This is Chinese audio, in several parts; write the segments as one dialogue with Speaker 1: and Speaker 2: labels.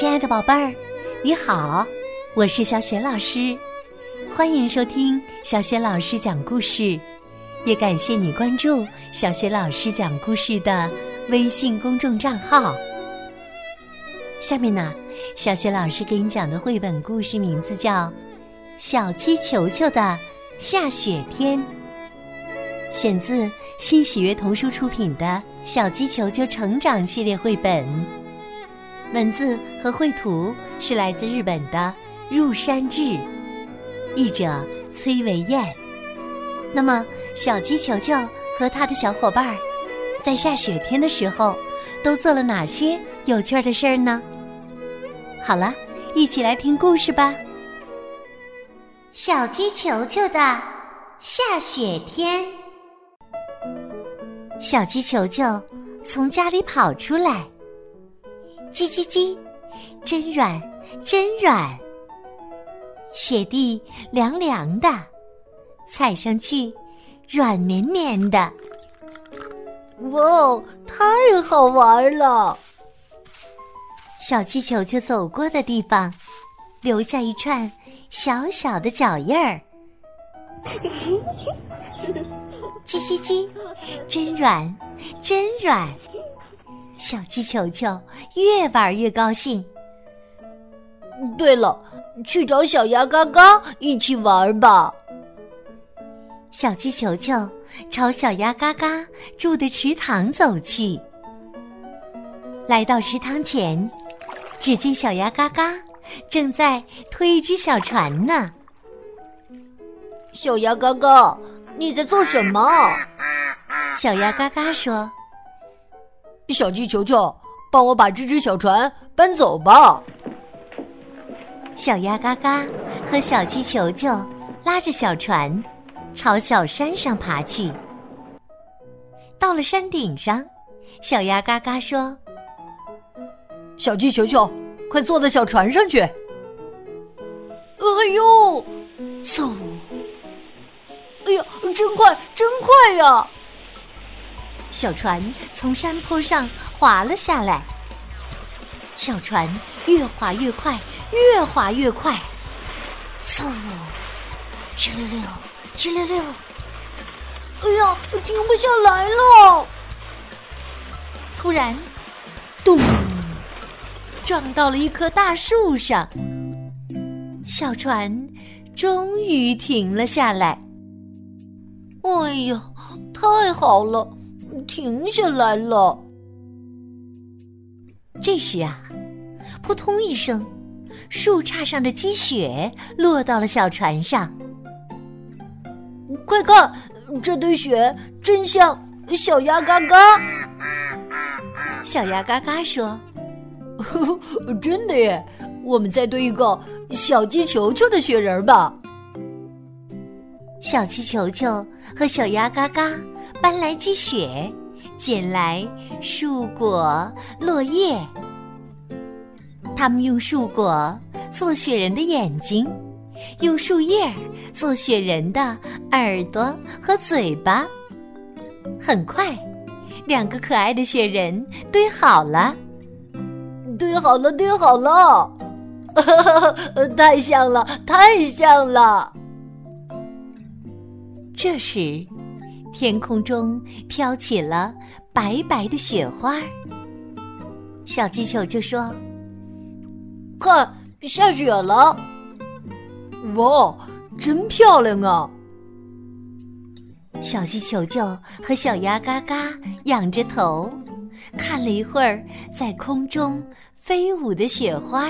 Speaker 1: 亲爱的宝贝儿，你好，我是小雪老师，欢迎收听小雪老师讲故事，也感谢你关注小雪老师讲故事的微信公众账号。下面呢，小雪老师给你讲的绘本故事名字叫《小鸡球球的下雪天》，选自新喜悦童书出品的《小鸡球球成长》系列绘本，文字和绘图是来自日本的入山智，译者崔维燕。那么小鸡球球和他的小伙伴在下雪天的时候都做了哪些有趣的事儿呢？好了，一起来听故事吧。小鸡球球的下雪天。小鸡球球从家里跑出来，叽叽叽，真软真软，雪地凉凉的，踩上去软绵绵的。
Speaker 2: 哇，太好玩了！
Speaker 1: 小鸡球球走过的地方留下一串小小的脚印儿。叽叽叽，真软真软，小鸡球球越玩越高兴。
Speaker 2: 对了，去找小鸭嘎嘎一起玩吧。
Speaker 1: 小鸡球球朝小鸭嘎嘎住的池塘走去。来到池塘前，只见小鸭嘎嘎正在推一只小船呢。
Speaker 2: 小鸭嘎嘎，你在做什么？
Speaker 1: 小鸭嘎嘎说：
Speaker 2: 小鸡球球，帮我把这只小船搬走吧。
Speaker 1: 小鸭嘎嘎和小鸡球球拉着小船朝小山上爬去。到了山顶上，小鸭嘎嘎说：
Speaker 2: 小鸡球球，快坐到小船上去。哎呦，
Speaker 1: 嗖！
Speaker 2: 哎呀，真快真快呀！
Speaker 1: 小船从山坡上滑了下来，小船越滑越快，越滑越快，嗖，吱溜溜，吱溜溜，
Speaker 2: 哎呀，停不下来了！
Speaker 1: 突然，咚，撞到了一棵大树上，小船终于停了下来。
Speaker 2: 哎呀，太好了，停下来了。
Speaker 1: 这时啊，扑通一声，树杈上的积雪落到了小船上。
Speaker 2: 快看，这堆雪真像小鸭嘎嘎。
Speaker 1: 小鸭嘎嘎说：
Speaker 2: 真的耶，我们再堆一个小鸡球球的雪人吧。
Speaker 1: 小鸡球球和小鸭嘎嘎搬来积雪，捡来树果、落叶。他们用树果做雪人的眼睛，用树叶做雪人的耳朵和嘴巴。很快，两个可爱的雪人堆好了。
Speaker 2: 堆好了，堆好了！太像了，太像了！
Speaker 1: 这时，天空中飘起了白白的雪花。小鸡球就说：
Speaker 2: 看，下雪了！哇，真漂亮啊！
Speaker 1: 小鸡球球和小鸭嘎嘎仰着头，看了一会儿在空中飞舞的雪花。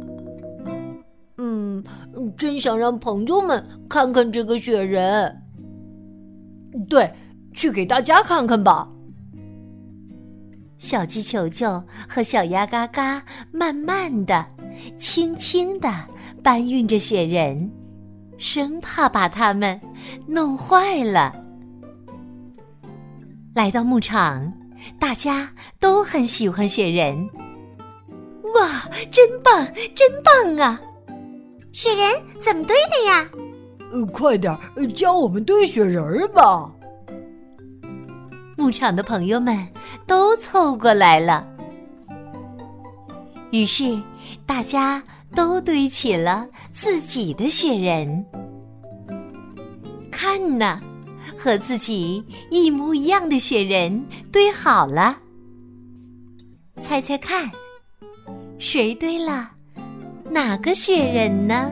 Speaker 2: 真想让朋友们看看这个雪人。对，去给大家看看吧。
Speaker 1: 小鸡球球和小鸭嘎嘎慢慢的、轻轻的搬运着雪人，生怕把它们弄坏了。来到牧场，大家都很喜欢雪人。哇，真棒，真棒啊！雪人怎么堆的呀？
Speaker 2: 快点教我们堆雪人吧。
Speaker 1: 牧场的朋友们都凑过来了。 于是大家都堆起了自己的雪人。看呐，和自己一模一样的雪人堆好了。猜猜看，谁堆了哪个雪人呢？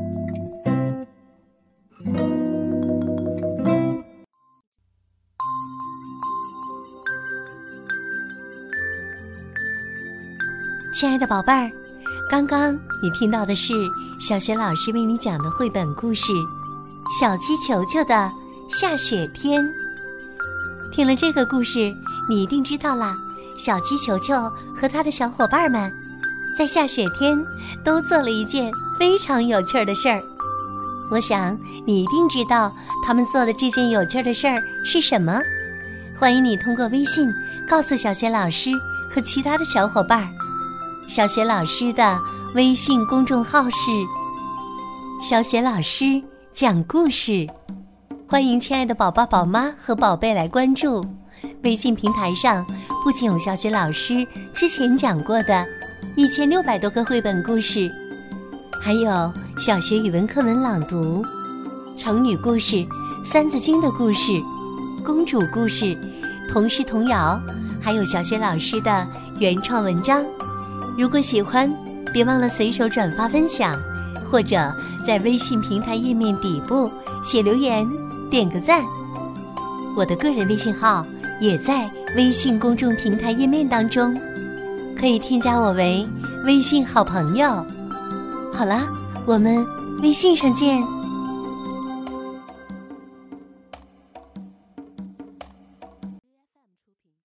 Speaker 1: 亲爱的宝贝儿，刚刚你听到的是小雪老师为你讲的绘本故事《小鸡球球的下雪天》。听了这个故事，你一定知道啦，小鸡球球和他的小伙伴们在下雪天都做了一件非常有趣的事儿。我想你一定知道他们做的这件有趣的事儿是什么。欢迎你通过微信告诉小雪老师和其他的小伙伴。小雪老师的微信公众号是小雪老师讲故事，欢迎亲爱的宝宝、宝妈和宝贝来关注。微信平台上不仅有小雪老师之前讲过的1600多个绘本故事，还有小学语文课文朗读、成语故事、三字经的故事、公主故事、童诗童谣，还有小雪老师的原创文章。如果喜欢，别忘了随手转发分享，或者在微信平台页面底部写留言点个赞。我的个人微信号也在微信公众平台页面当中，可以添加我为微信好朋友。好了，我们微信上见。